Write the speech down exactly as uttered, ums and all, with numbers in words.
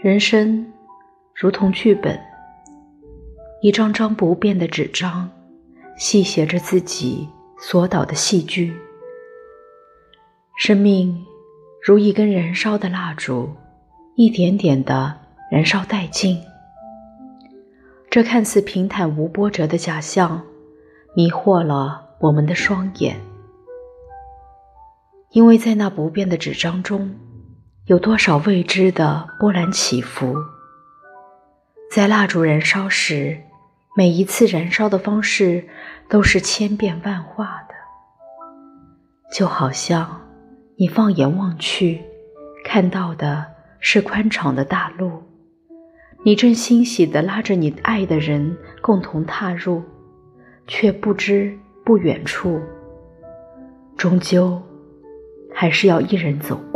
人生如同剧本，一张张不变的纸张，细写着自己所导的戏剧。生命如一根燃烧的蜡烛，一点点地燃烧殆尽。这看似平坦无波折的假象，迷惑了我们的双眼。因为在那不变的纸张中，有多少未知的波澜起伏。在蜡烛燃烧时，每一次燃烧的方式都是千变万化的。就好像你放眼望去，看到的是宽敞的大路，你正欣喜地拉着你爱的人共同踏入，却不知不远处，终究还是要一人走过。